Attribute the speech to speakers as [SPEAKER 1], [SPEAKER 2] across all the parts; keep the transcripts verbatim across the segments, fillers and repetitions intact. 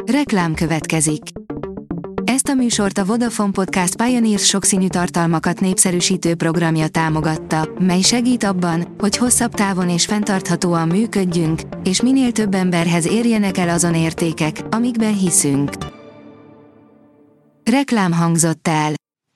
[SPEAKER 1] Reklám következik. Ezt a műsort a Vodafone Podcast Pioneers sokszínű tartalmakat népszerűsítő programja támogatta, mely segít abban, hogy hosszabb távon és fenntarthatóan működjünk, és minél több emberhez érjenek el azon értékek, amikben hiszünk. Reklám hangzott el.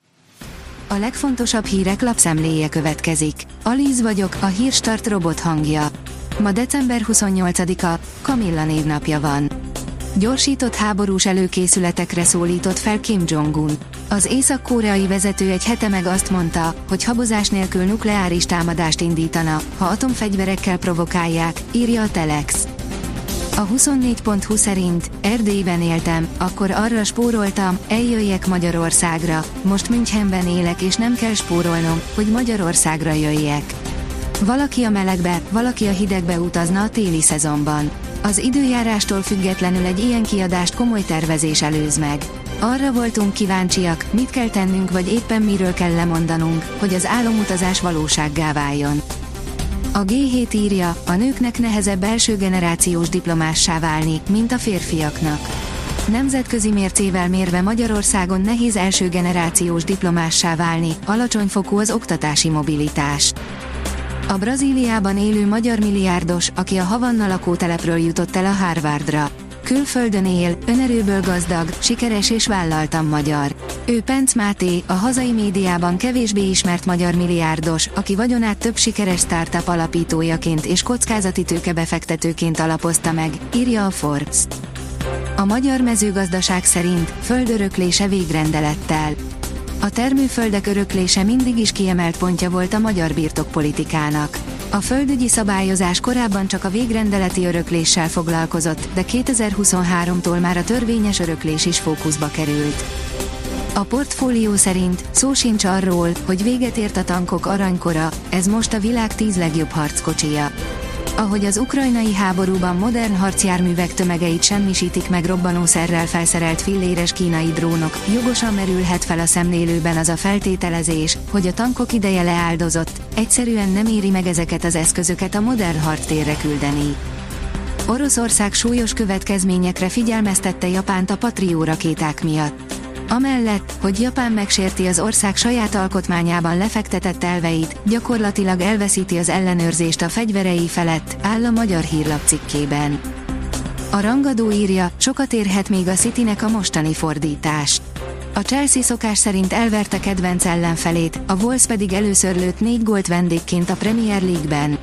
[SPEAKER 1] A legfontosabb hírek lapszemléje következik. Alíz vagyok, a Hírstart robot hangja. Ma december huszonnyolcadika, Kamilla névnapja van. Gyorsított háborús előkészületekre szólított fel Kim Jong-un. Az észak-koreai vezető egy hete meg azt mondta, hogy habozás nélkül nukleáris támadást indítana, ha atomfegyverekkel provokálják, írja a Telex. A huszonnégy pont hu szerint Erdélyben éltem, akkor arra spóroltam, eljöjjek Magyarországra, most Münchenben élek és nem kell spórolnom, hogy Magyarországra jöjjek. Valaki a melegbe, valaki a hidegbe utazna a téli szezonban. Az időjárástól függetlenül egy ilyen kiadást komoly tervezés előz meg. Arra voltunk kíváncsiak, mit kell tennünk vagy éppen miről kell lemondanunk, hogy az álomutazás valósággá váljon. A gé hét írja, a nőknek nehezebb első generációs diplomássá válni, mint a férfiaknak. Nemzetközi mércével mérve Magyarországon nehéz első generációs diplomássá válni, alacsony fokú az oktatási mobilitás. A Brazíliában élő magyar milliárdos, aki a Havanna lakótelepről jutott el a Harvardra. Külföldön él, önerőből gazdag, sikeres és vállaltan magyar. Ő Penc Máté, a hazai médiában kevésbé ismert magyar milliárdos, aki vagyonát több sikeres startup alapítójaként és kockázati tőkebefektetőként alapozta meg, írja a Forbes. A magyar mezőgazdaság szerint földöröklése végrendelettel. A termőföldek öröklése mindig is kiemelt pontja volt a magyar birtokpolitikának. A földügyi szabályozás korábban csak a végrendeleti örökléssel foglalkozott, de kétezer-huszonháromtól már a törvényes öröklés is fókuszba került. A portfólió szerint szó sincs arról, hogy véget ért a tankok aranykora, ez most a világ tíz legjobb harckocsija. Ahogy az ukrajnai háborúban modern harcjárművek tömegeit semmisítik meg robbanószerrel felszerelt filléres kínai drónok, jogosan merülhet fel a szemlélőben az a feltételezés, hogy a tankok ideje leáldozott, egyszerűen nem éri meg ezeket az eszközöket a modern harctérre küldeni. Oroszország súlyos következményekre figyelmeztette Japánt a Patriot rakéták miatt. Amellett, hogy Japán megsérti az ország saját alkotmányában lefektetett elveit, gyakorlatilag elveszíti az ellenőrzést a fegyverei felett, áll a Magyar Hírlap cikkében. A rangadó írja, sokat érhet még a Citynek a mostani fordítás. A Chelsea szokás szerint elverte kedvenc ellenfelét, a Wolves pedig először lőtt négy gólt vendégként a Premier League-ben.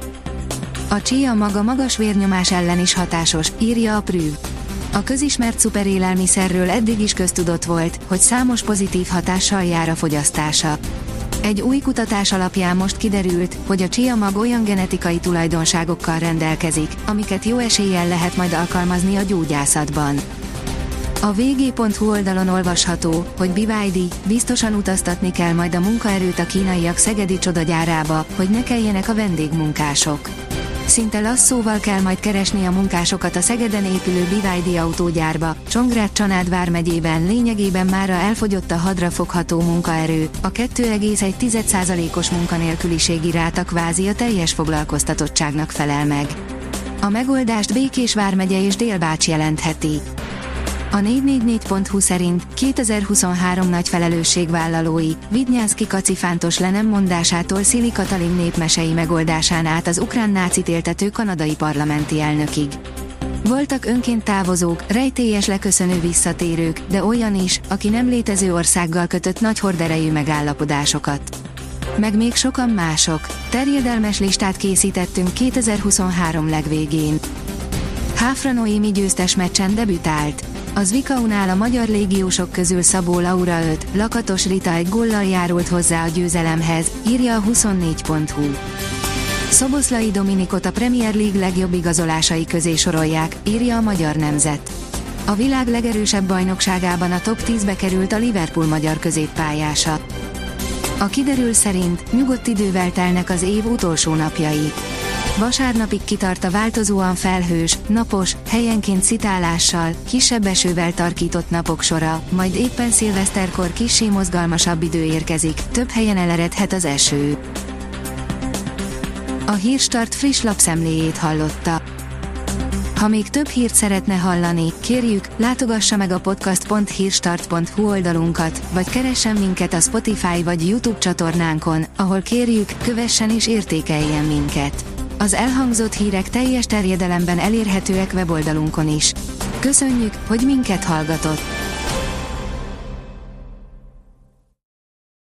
[SPEAKER 1] A chia maga magas vérnyomás ellen is hatásos, írja a Prüv. A közismert szuperélelmiszerről eddig is köztudott volt, hogy számos pozitív hatással jár a fogyasztása. Egy új kutatás alapján most kiderült, hogy a chia mag olyan genetikai tulajdonságokkal rendelkezik, amiket jó eséllyel lehet majd alkalmazni a gyógyászatban. A vg pont hu oldalon olvasható, hogy bé ipszilon dé biztosan utaztatni kell majd a munkaerőt a kínaiak szegedi csodagyárába, hogy ne keljenek a vendégmunkások. Szinte lasszóval kell majd keresni a munkásokat a Szegeden épülő bé ipszilon dé autógyárba, Csongrád-Csanád vármegyében lényegében mára elfogyott a hadra fogható munkaerő, a két egész egy százalékos munkanélküliségi ráta kvázi a teljes foglalkoztatottságnak felel meg. A megoldást Békés vármegye és Délbács jelentheti. A négy négy négy pont hu szerint kétezer-huszonhárom nagy felelősségvállalói, Vidnyánszky kacifántos le nem mondásától Szili Katalin népmesei megoldásán át az ukrán nácit éltető kanadai parlamenti elnökig. Voltak önként távozók, rejtélyes leköszönő visszatérők, de olyan is, aki nem létező országgal kötött nagy horderejű megállapodásokat. Meg még sokan mások. Terjedelmes listát készítettünk kétezer-huszonhárom legvégén. Háfra Noémi győztes meccsen debütált. Az Vikaunál a magyar légiósok közül Szabó Laura öt, Lakatos Rita egy góllal járult hozzá a győzelemhez, írja a huszonnégy pont hu. Szoboszlai Dominikot a Premier League legjobb igazolásai közé sorolják, írja a Magyar Nemzet. A világ legerősebb bajnokságában a top tízbe került a Liverpool magyar középpályása. A kiderül szerint nyugodt idővel telnek az év utolsó napjai. Vasárnapig kitart a változóan felhős, napos, helyenként szitálással, kisebb esővel tarkított napok sora, majd éppen szilveszterkor kissé mozgalmasabb idő érkezik, több helyen eleredhet az eső. A Hírstart friss lapszemléjét hallotta. Ha még több hírt szeretne hallani, kérjük, látogassa meg a podcast pont hírstart pont hu oldalunkat, vagy keressen minket a Spotify vagy YouTube csatornánkon, ahol kérjük, kövessen és értékeljen minket. Az elhangzott hírek teljes terjedelemben elérhetőek weboldalunkon is. Köszönjük, hogy minket hallgatott!